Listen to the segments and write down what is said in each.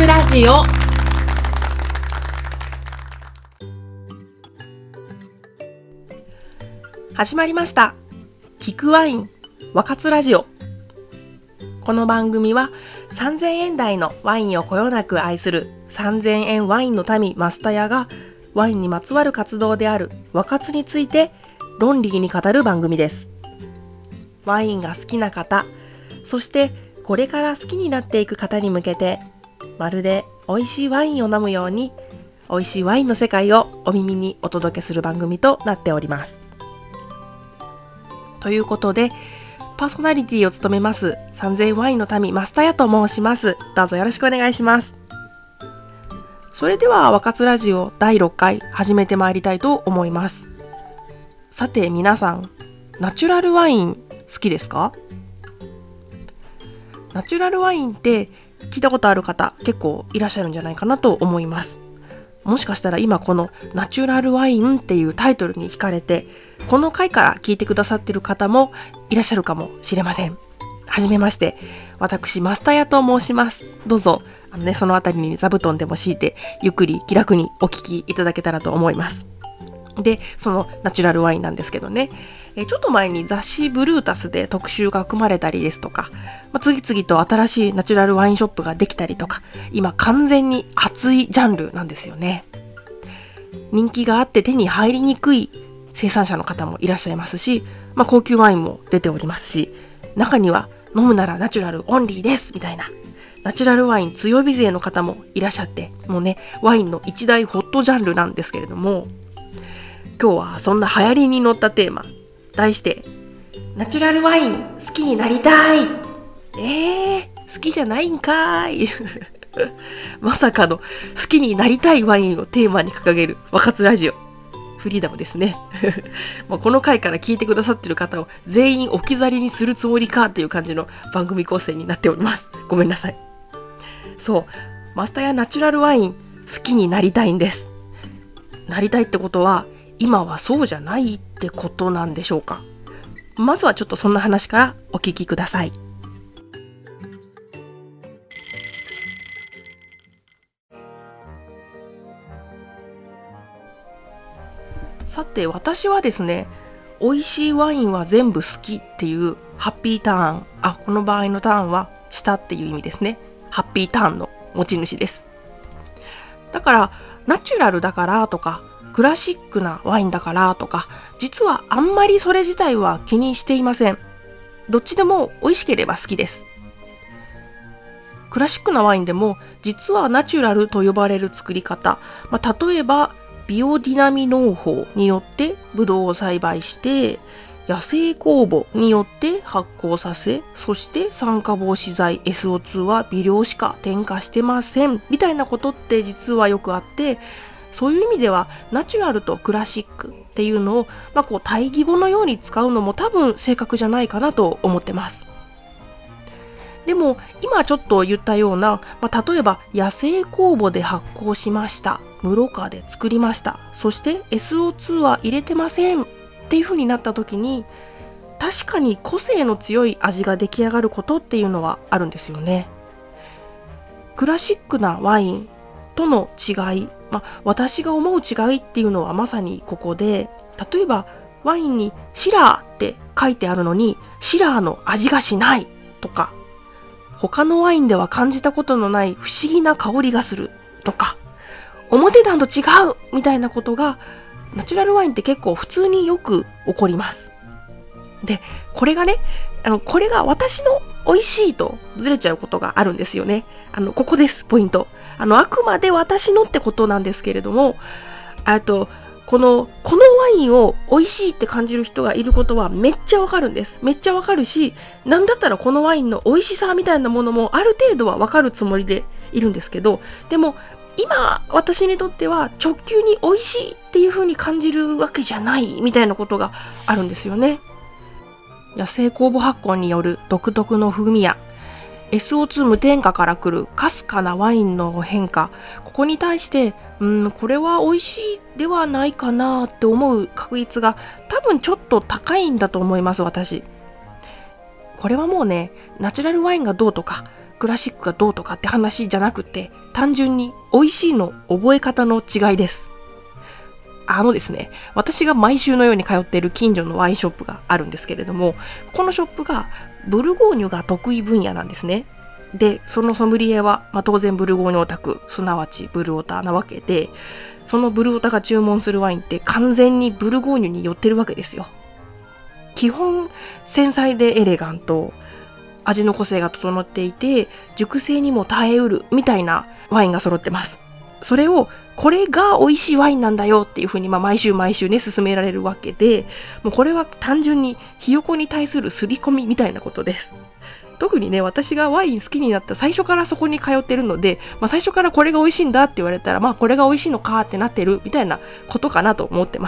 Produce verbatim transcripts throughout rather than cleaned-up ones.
津ラジオ。 始まりました。聞くワイン若津ラジオ。この番組はさんぜんえん台のワインをこよなく愛するさんぜんえんワインの民マスタヤがワインにまつわる活動である若津について論理に語る番組です。ワインが好きな方、そしてこれから好きになっていく方に向けて、まるで美味しいワインを飲むように美味しいワインの世界をお耳にお届けする番組となっております。ということで、パーソナリティを務めますさんぜんワインの民マスタヤと申します。どうぞよろしくお願いします。それでは若津ラジオだいろっかい始めてまいりたいと思います。さて皆さん、ナチュラルワイン好きですか？ナチュラルワインって聞いたことある方結構いらっしゃるんじゃないかなと思います。もしかしたら今このナチュラルワインっていうタイトルに惹かれて、この回から聞いてくださっている方もいらっしゃるかもしれません。はじめまして、私マスタヤと申します。どうぞあの、ね、そのあたりに座布団でも敷いてゆっくり気楽にお聞きいただけたらと思います。で、そのナチュラルワインなんですけどね、えちょっと前に雑誌ブルータスで特集が組まれたりですとか、まあ、次々と新しいナチュラルワインショップができたりとか、今完全に熱いジャンルなんですよね。人気があって手に入りにくい生産者の方もいらっしゃいますし、まあ、高級ワインも出ておりますし、中には飲むならナチュラルオンリーですみたいなナチュラルワイン強火勢の方もいらっしゃって、もうね、ワインの一大ホットジャンルなんですけれども、今日はそんな流行りに乗ったテーマ、題してナチュラルワイン好きになりたい。えー、好きじゃないんかーいまさかの好きになりたいワインをテーマに掲げる若津ラジオ。フリーダムですねもうこの回から聞いてくださっている方を全員置き去りにするつもりかっていう感じの番組構成になっております。ごめんなさい。そう、マスタヤナチュラルワイン好きになりたいんです。なりたいってことは今はそうじゃないってことなんでしょうか。まずはちょっとそんな話からお聞きください。さて私はですね、美味しいワインは全部好きっていうハッピーターン、あ、この場合のターンはしたっていう意味ですね。ハッピーターンの持ち主です。だからナチュラルだからとかクラシックなワインだからとか、実はあんまりそれ自体は気にしていません。どっちでも美味しければ好きです。クラシックなワインでも実はナチュラルと呼ばれる作り方、まあ、例えばビオディナミ農法によってブドウを栽培して野生酵母によって発酵させ、そして酸化防止剤 エスオーツー は微量しか添加してませんみたいなことって実はよくあって、そういう意味ではナチュラルとクラシックっていうのを、まあ、こう対義語のように使うのも多分正確じゃないかなと思ってます。でも今ちょっと言ったような、まあ、例えば野生酵母で発酵しました、室賀で作りました、そして エスオーツー は入れてませんっていう風になった時に、確かに個性の強い味が出来上がることっていうのはあるんですよね。クラシックなワインとの違い、まあ、私が思う違いっていうのはまさにここで、例えばワインにシラーって書いてあるのにシラーの味がしないとか、他のワインでは感じたことのない不思議な香りがするとか、思ってたんと違うみたいなことがナチュラルワインって結構普通によく起こります。で、これがね、あのこれが私の美味しいとずれちゃうことがあるんですよね。あのここですポイント。あのあくまで私のってことなんですけれども、あとこのこのワインを美味しいって感じる人がいることはめっちゃわかるんです。めっちゃわかるし、なんだったらこのワインの美味しさみたいなものもある程度はわかるつもりでいるんですけど、でも今私にとっては直球に美味しいっていう風に感じるわけじゃないみたいなことがあるんですよね。野生酵母発酵による独特の風味や エスオーツー 無添加から来るかすかなワインの変化、ここに対してうんこれは美味しいではないかなって思う確率が多分ちょっと高いんだと思います。私これはもうね、ナチュラルワインがどうとかクラシックがどうとかって話じゃなくて、単純に美味しいの覚え方の違いです。あのですね、私が毎週のように通っている近所のワインショップがあるんですけれども、このショップがブルゴーニュが得意分野なんですね。で、そのソムリエは、まあ、当然ブルゴーニュオタク、すなわちブルオタなわけで、そのブルオタが注文するワインって完全にブルゴーニュに寄ってるわけですよ。基本繊細でエレガント、味の個性が整っていて熟成にも耐えうるみたいなワインが揃ってます。それをこれが美味しいワインなんだよっていう風にまあ毎週毎週ね勧められるわけで、もうこれは単純にひよこに対する刷り込みみたいなことです。特にね、私がワイン好きになった最初からそこに通ってるので、まあ、最初からこれが美味しいんだって言われたら、まあこれが美味しいのかってなってるみたいなことかなと思ってます。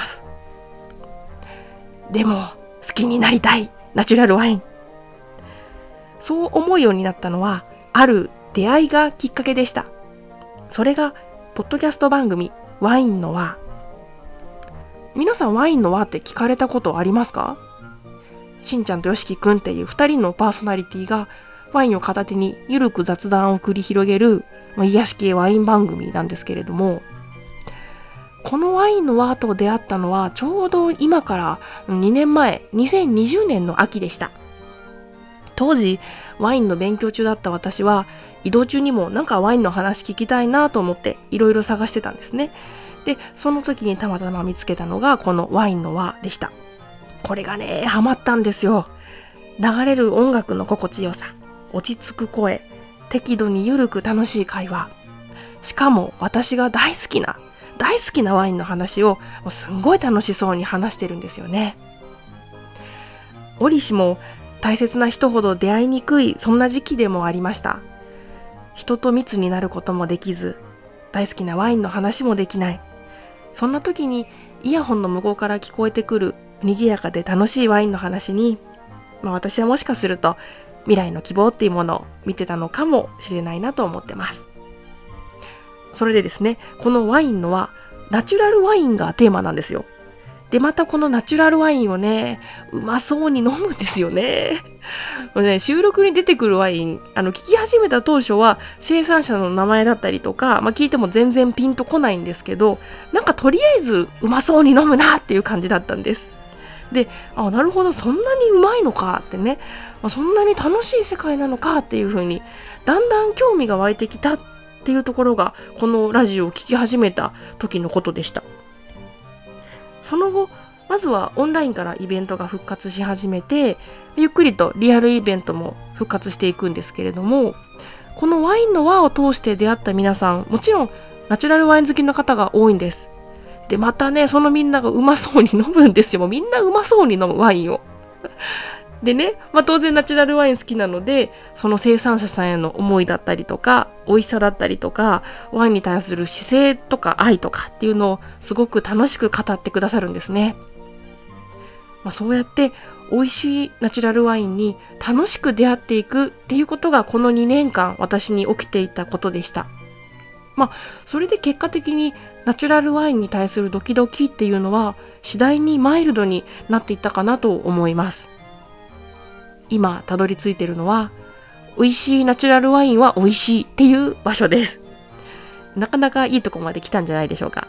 でも好きになりたいナチュラルワイン、そう思うようになったのはある出会いがきっかけでした。それがポッドキャスト番組ワインの輪。皆さんワインの輪って聞かれたことありますか？しんちゃんとよしきくんっていうふたりのパーソナリティがワインを片手にゆるく雑談を繰り広げる、まあ、癒し系ワイン番組なんですけれども、このワインの輪と出会ったのはちょうど今からにねんまえ、にせんにじゅうねんの秋でした。当時ワインの勉強中だった私は移動中にもなんかワインの話聞きたいなと思っていろいろ探してたんですね。で、その時にたまたま見つけたのがこのワインの輪でした。これがね、ハマったんですよ。流れる音楽の心地よさ、落ち着く声、適度にゆるく楽しい会話、しかも私が大好きな大好きなワインの話をすんごい楽しそうに話してるんですよね。折しも大切な人ほど出会いにくい、そんな時期でもありました。人と密になることもできず、大好きなワインの話もできない。そんな時にイヤホンの向こうから聞こえてくる賑やかで楽しいワインの話に、まあ、私はもしかすると未来の希望っていうものを見てたのかもしれないなと思ってます。それでですね、このワインのはナチュラルワインがテーマなんですよ。で、またこのナチュラルワインをね、うまそうに飲むんですよね。もうね、収録に出てくるワイン、あの聞き始めた当初は生産者の名前だったりとか、まあ、聞いても全然ピンとこないんですけど、なんかとりあえずうまそうに飲むなっていう感じだったんです。で、あ、なるほど、そんなにうまいのかってね、まあ、そんなに楽しい世界なのかっていう風にだんだん興味が湧いてきたっていうところがこのラジオを聞き始めた時のことでした。その後、まずはオンラインからイベントが復活し始めて、ゆっくりとリアルイベントも復活していくんですけれども、このワインの輪を通して出会った皆さん、もちろんナチュラルワイン好きの方が多いんです。で、またね、そのみんながうまそうに飲むんですよ。みんなうまそうに飲むワインを。でね、まあ、当然ナチュラルワイン好きなので、その生産者さんへの思いだったりとか、美味しさだったりとか、ワインに対する姿勢とか愛とかっていうのをすごく楽しく語ってくださるんですね。まあ、そうやって美味しいナチュラルワインに楽しく出会っていくっていうことがこのにねんかん私に起きていたことでした。まあ、それで結果的にナチュラルワインに対するドキドキっていうのは次第にマイルドになっていったかなと思います。今たどり着いているのは、美味しいナチュラルワインは美味しいっていう場所です。なかなかいいとこまで来たんじゃないでしょうか。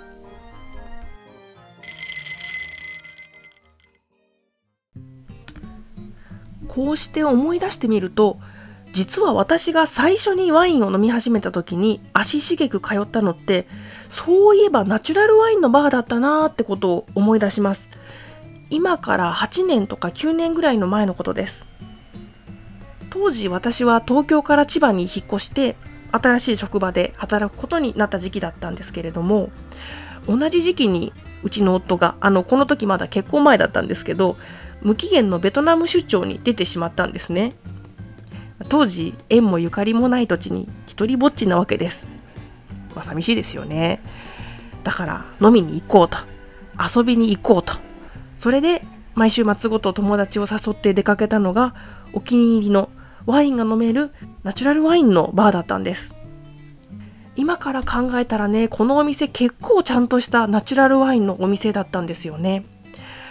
こうして思い出してみると、実は私が最初にワインを飲み始めた時に足しげく通ったのって、そういえばナチュラルワインのバーだったなーってことを思い出します。今からはちねんとかきゅうねんぐらいの前のことです。当時私は東京から千葉に引っ越して新しい職場で働くことになった時期だったんですけれども、同じ時期にうちの夫が、あのこの時まだ結婚前だったんですけど、無期限のベトナム出張に出てしまったんですね。当時縁もゆかりもない土地に一人ぼっちなわけです。まあ寂しいですよね。だから飲みに行こうと、遊びに行こうと、それで毎週末ごと友達を誘って出かけたのがお気に入りのワインが飲めるナチュラルワインのバーだったんです。今から考えたらね、このお店結構ちゃんとしたナチュラルワインのお店だったんですよね。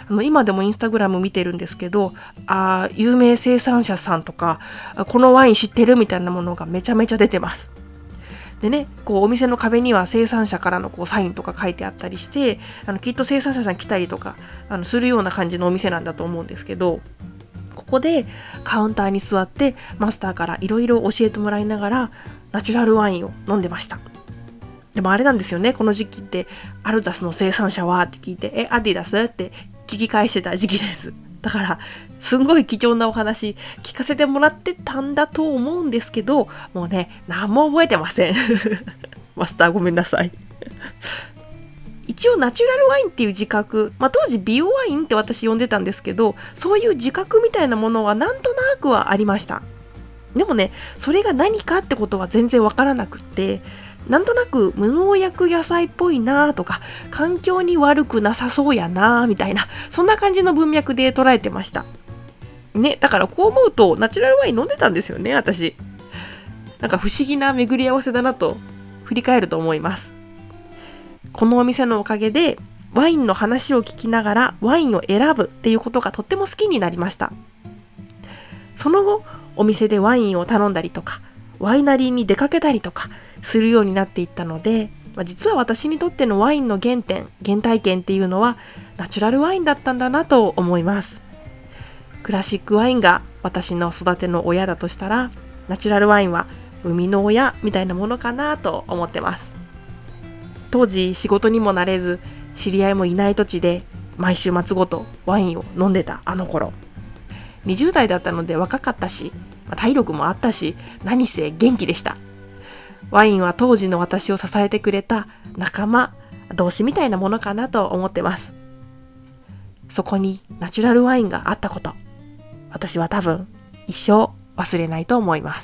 あの今でもインスタグラム見てるんですけど、あ有名生産者さんとかこのワイン知ってるみたいなものがめちゃめちゃ出てます。でね、こうお店の壁には生産者からのこうサインとか書いてあったりして、あのきっと生産者さん来たりとかあのするような感じのお店なんだと思うんですけど、ここでカウンターに座ってマスターからいろいろ教えてもらいながらナチュラルワインを飲んでました。でもあれなんですよね、この時期ってアルザスの生産者はって聞いて、えアディダスって聞き返してた時期です。だからすんごい貴重なお話聞かせてもらってたんだと思うんですけど、もうね何も覚えてませんマスターごめんなさい一応ナチュラルワインっていう自覚、まあ、当時ビオワインって私呼んでたんですけど、そういう自覚みたいなものはなんとなくはありました。でもね、それが何かってことは全然わからなくって、なんとなく無農薬野菜っぽいなとか、環境に悪くなさそうやなみたいな、そんな感じの文脈で捉えてましたね。だからこう思うとナチュラルワイン飲んでたんですよね、私。なんか不思議な巡り合わせだなと振り返ると思います。このお店のおかげでワインの話を聞きながらワインを選ぶっていうことがとっても好きになりました。その後お店でワインを頼んだりとか、ワイナリーに出かけたりとかするようになっていったので、まあ、実は私にとってのワインの原点、原体験っていうのはナチュラルワインだったんだなと思います。クラシックワインが私の育ての親だとしたら、ナチュラルワインは生みの親みたいなものかなと思ってます。当時仕事にもなれず、知り合いもいない土地で毎週末ごとワインを飲んでたあの頃、にじゅう代だったので若かったし、体力もあったし、何せ元気でした。ワインは当時の私を支えてくれた仲間、同志みたいなものかなと思ってます。そこにナチュラルワインがあったこと、私は多分一生忘れないと思います。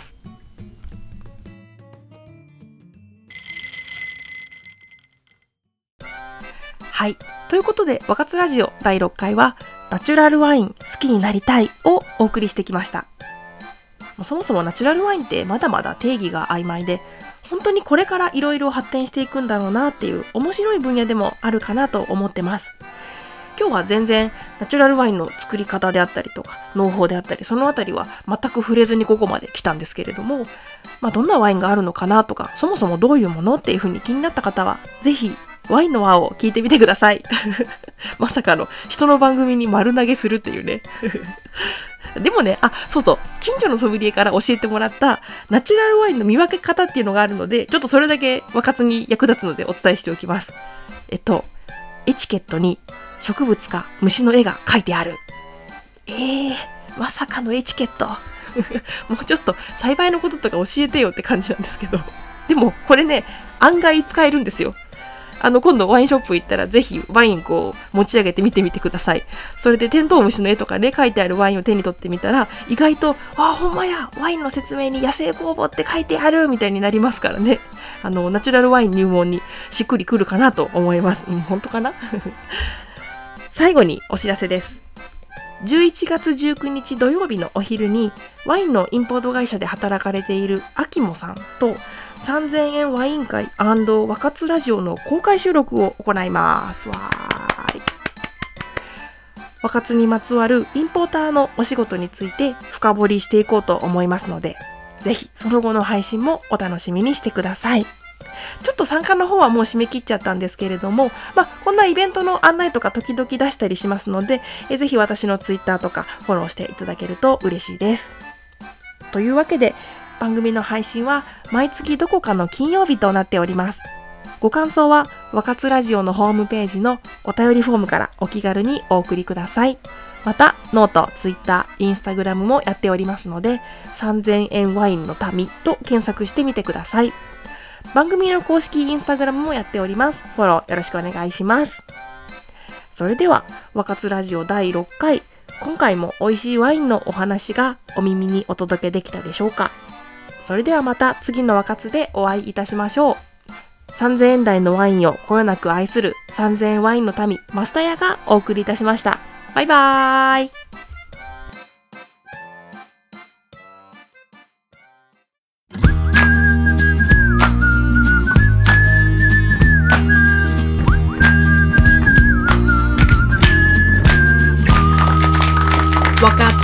はい、ということで、若津ラジオだいろっかいはナチュラルワイン好きになりたいをお送りしてきました。そもそもナチュラルワインってまだまだ定義が曖昧で、本当にこれからいろいろ発展していくんだろうなっていう面白い分野でもあるかなと思ってます。今日は全然ナチュラルワインの作り方であったりとか農法であったり、そのあたりは全く触れずにここまで来たんですけれども、まあ、どんなワインがあるのかなとか、そもそもどういうものっていうふうに気になった方はぜひワインの輪を聞いてみてくださいまさかの人の番組に丸投げするっていうねでもね、あ、そうそう、近所のソムリエから教えてもらったナチュラルワインの見分け方っていうのがあるので、ちょっとそれだけ若津に役立つのでお伝えしておきます。えっとエチケットに植物か虫の絵が描いてある。えー、まさかのエチケットもうちょっと栽培のこととか教えてよって感じなんですけど、でもこれね、案外使えるんですよ。あの今度ワインショップ行ったらぜひワインこう持ち上げて見てみてください。それでテントウムシの絵とかね書いてあるワインを手に取ってみたら、意外とあほんまや、ワインの説明に野生酵母って書いてあるみたいになりますからね。あのナチュラルワイン入門にしっくりくるかなと思います。うん、本当かな最後にお知らせです。じゅういちがつじゅうくにち土曜日のお昼にワインのインポート会社で働かれているアキモさんとさんぜんえんワイン会&若津ラジオの公開収録を行います。わーい。若津にまつわるインポーターのお仕事について深掘りしていこうと思いますので、ぜひその後の配信もお楽しみにしてください。ちょっと参加の方はもう締め切っちゃったんですけれども、まあ、こんなイベントの案内とか時々出したりしますので、えぜひ私のツイッターとかフォローしていただけると嬉しいです。というわけで、番組の配信は毎月どこかの金曜日となっております。ご感想は若津ラジオのホームページのお便りフォームからお気軽にお送りください。またノート、ツイッター、インスタグラムもやっておりますので、さんぜんえんワインの民と検索してみてください。番組の公式インスタグラムもやっております。フォローよろしくお願いします。それでは若津ラジオだいろっかい、今回も美味しいワインのお話がお耳にお届けできたでしょうか。それではまた次の若津でお会いいたしましょう。さんぜんえん台のワインをこよなく愛するさんぜんえんワインの民マスタヤがお送りいたしました。バイバーイ。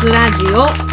ラジオ。